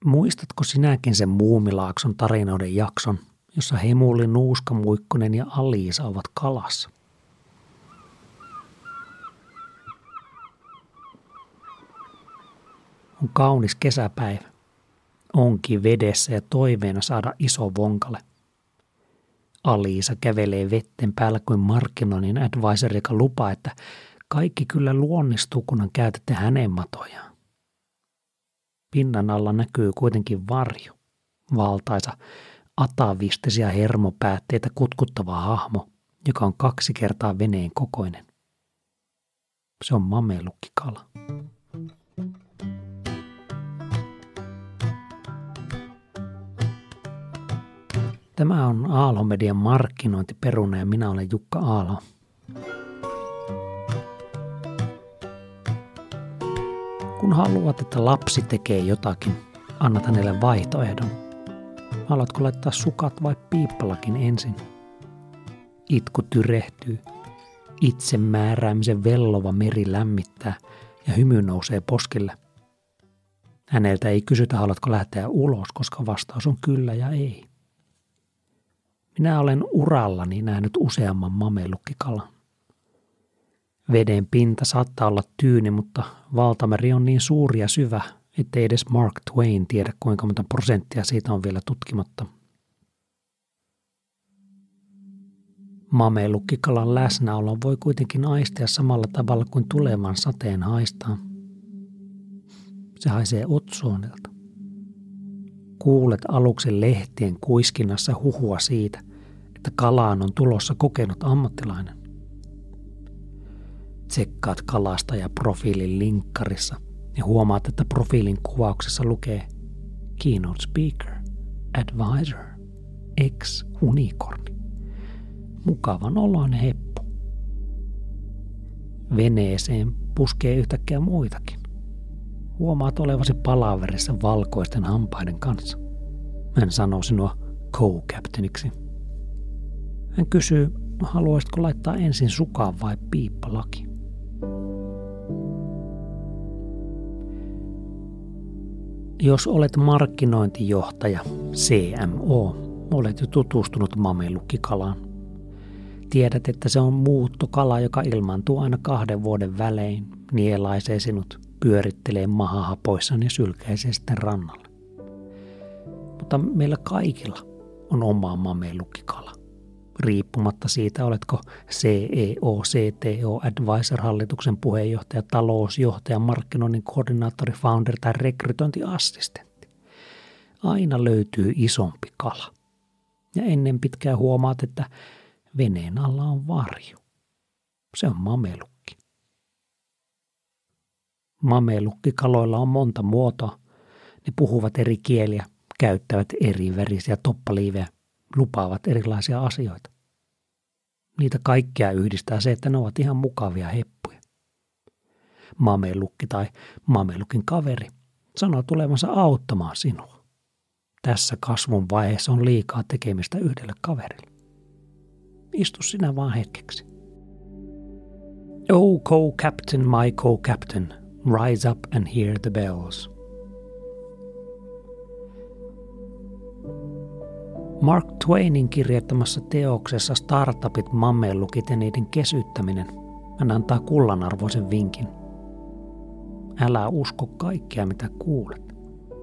Muistatko sinäkin sen Muumilaakson tarinoiden jakson, jossa Hemuli, Nuuska, Muikkunen ja Aliisa ovat kalassa? On kaunis kesäpäivä. Onkin vedessä ja toiveena saada iso vonkale. Aliisa kävelee vetten päällä kuin markkinoinnin advisor, joka lupaa, että kaikki kyllä luonnistuu, kunhan käytätte hänen matojaan. Pinnan alla näkyy kuitenkin varjo, valtaisa, atavistisia hermopäätteitä kutkuttava hahmo, joka on 2 kertaa veneen kokoinen. Se on mamelukkikala. Tämä on Aalho-median markkinointiperuna ja minä olen Jukka Aalho. Kun haluat, että lapsi tekee jotakin, annat hänelle vaihtoehdon. Haluatko laittaa sukat vai piippalakin ensin? Itku tyrehtyy, itsemääräämisen vellova meri lämmittää ja hymy nousee poskille. Häneltä ei kysytä, haluatko lähteä ulos, koska vastaus on kyllä ja ei. Minä olen urallani nähnyt useamman mamelukkikalan. Veden pinta saattaa olla tyyni, mutta valtameri on niin suuri ja syvä, ettei edes Mark Twain tiedä, kuinka monta prosenttia siitä on vielä tutkimatta. Mamelukkikalan läsnäolon voi kuitenkin aistia samalla tavalla kuin tulevan sateen haistaa. Se haisee otsoonilta. Kuulet aluksi lehtien kuiskinnassa huhua siitä, että kalaan on tulossa kokenut ammattilainen. Tsekkaat kalastajaprofiilin linkkarissa ja huomaat, että profiilin kuvauksessa lukee Keynote Speaker, Advisor, ex-unikorni. Mukavan oloinen heppu. Veneeseen puskee yhtäkkiä muitakin. Huomaat olevasi palaverissa valkoisten hampaiden kanssa. Hän sanoo sinua co-captainiksi. Hän kysyy, haluaisitko laittaa ensin sukaan vai piippalaki? Jos olet markkinointijohtaja, CMO, olet jo tutustunut mamelukkikalaan. Tiedät, että se on muuttokala, joka ilmaantuu aina 2 vuoden välein, nielaisee sinut, pyörittelee mahahapoissaan ja sylkäisee sitten rannalle. Mutta meillä kaikilla on oma mamelukkikala. Riippumatta siitä, oletko CEO, CTO, advisor-hallituksen puheenjohtaja, talousjohtaja, markkinoinnin koordinaattori, founder tai rekrytointiassistentti. Aina löytyy isompi kala. Ja ennen pitkää huomaat, että veneen alla on varjo. Se on mamelukki. Mamelukkikaloilla on monta muotoa. Ne puhuvat eri kieliä, käyttävät eri värisiä toppaliivejä, lupaavat erilaisia asioita. Niitä kaikkea yhdistää se, että ne ovat ihan mukavia heppuja. Mamelukki tai mamelukin kaveri sanoo tulevansa auttamaan sinua. Tässä kasvun vaiheessa on liikaa tekemistä yhdelle kaverille. Istu sinä vaan hetkeksi. Oh, co-captain, my co-captain, rise up and hear the bells. Mark Twainin kirjoittamassa teoksessa Startupit, mamellukit ja niiden kesyttäminen hän antaa kullanarvoisen vinkin. Älä usko kaikkea, mitä kuulet.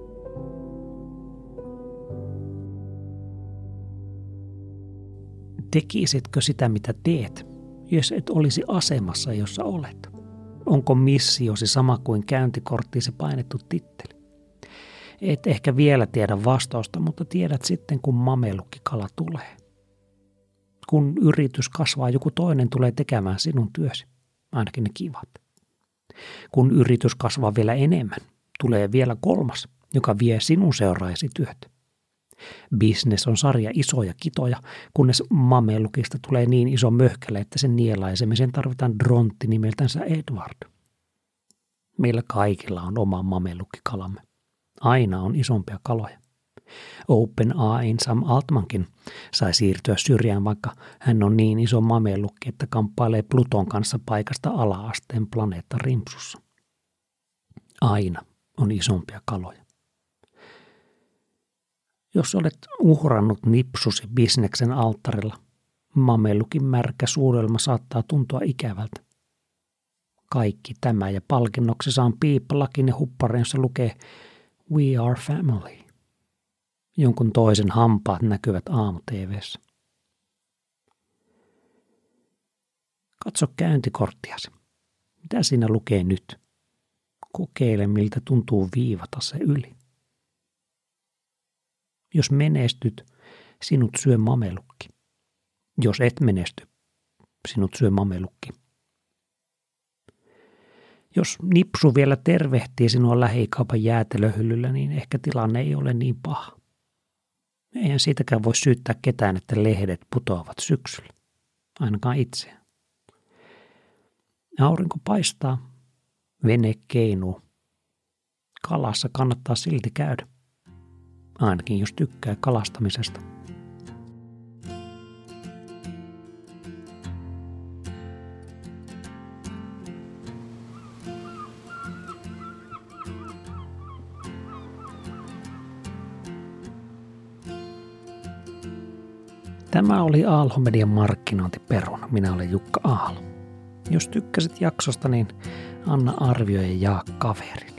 Tekisitkö sitä, mitä teet, jos et olisi asemassa, jossa olet? Onko missiosi sama kuin käyntikorttiisi painettu titteli? Et ehkä vielä tiedä vastausta, mutta tiedät sitten, kun mamelukkikala tulee. Kun yritys kasvaa, joku toinen tulee tekemään sinun työsi, ainakin ne kivat. Kun yritys kasvaa vielä enemmän, tulee vielä 3, joka vie sinun seuraajasi työt. Business on sarja isoja kitoja, kunnes mamelukista tulee niin iso möhkäle, että sen nielaisemiseen tarvitaan drontti nimeltänsä Edward. Meillä kaikilla on oma mamelukkikalamme. Aina on isompia kaloja. OpenAI:n Sam Altmankin sai siirtyä syrjään, vaikka hän on niin iso mamelukki, että kamppailee Pluton kanssa paikasta ala-asteen planeetta Rimpsussa. Aina on isompia kaloja. Jos olet uhrannut nipsusi bisneksen alttarilla, mamelukin märkä suudelma saattaa tuntua ikävältä. Kaikki tämä ja palkinnoksi saan piippalakin ja hupparin, jossa lukee We are family. Jonkun toisen hampaat näkyvät aamu-tv:ssä. Katso käyntikorttiasi. Mitä siinä lukee nyt? Kokeile, miltä tuntuu viivata se yli. Jos menestyt, sinut syö mamelukki. Jos et menesty, sinut syö mamelukki. Jos nipsu vielä tervehtii sinua lähikaupan jäätelöhyllyllä, niin ehkä tilanne ei ole niin paha. Eihän siitäkään voi syyttää ketään, että lehdet putoavat syksyllä. Ainakaan itseään. Aurinko paistaa, vene keinuu. Kalassa kannattaa silti käydä. Ainakin jos tykkää kalastamisesta. Tämä oli Aalho-median markkinointiperuna. Minä olen Jukka Aalo. Jos tykkäsit jaksosta, niin anna arvio ja jaa kaverille.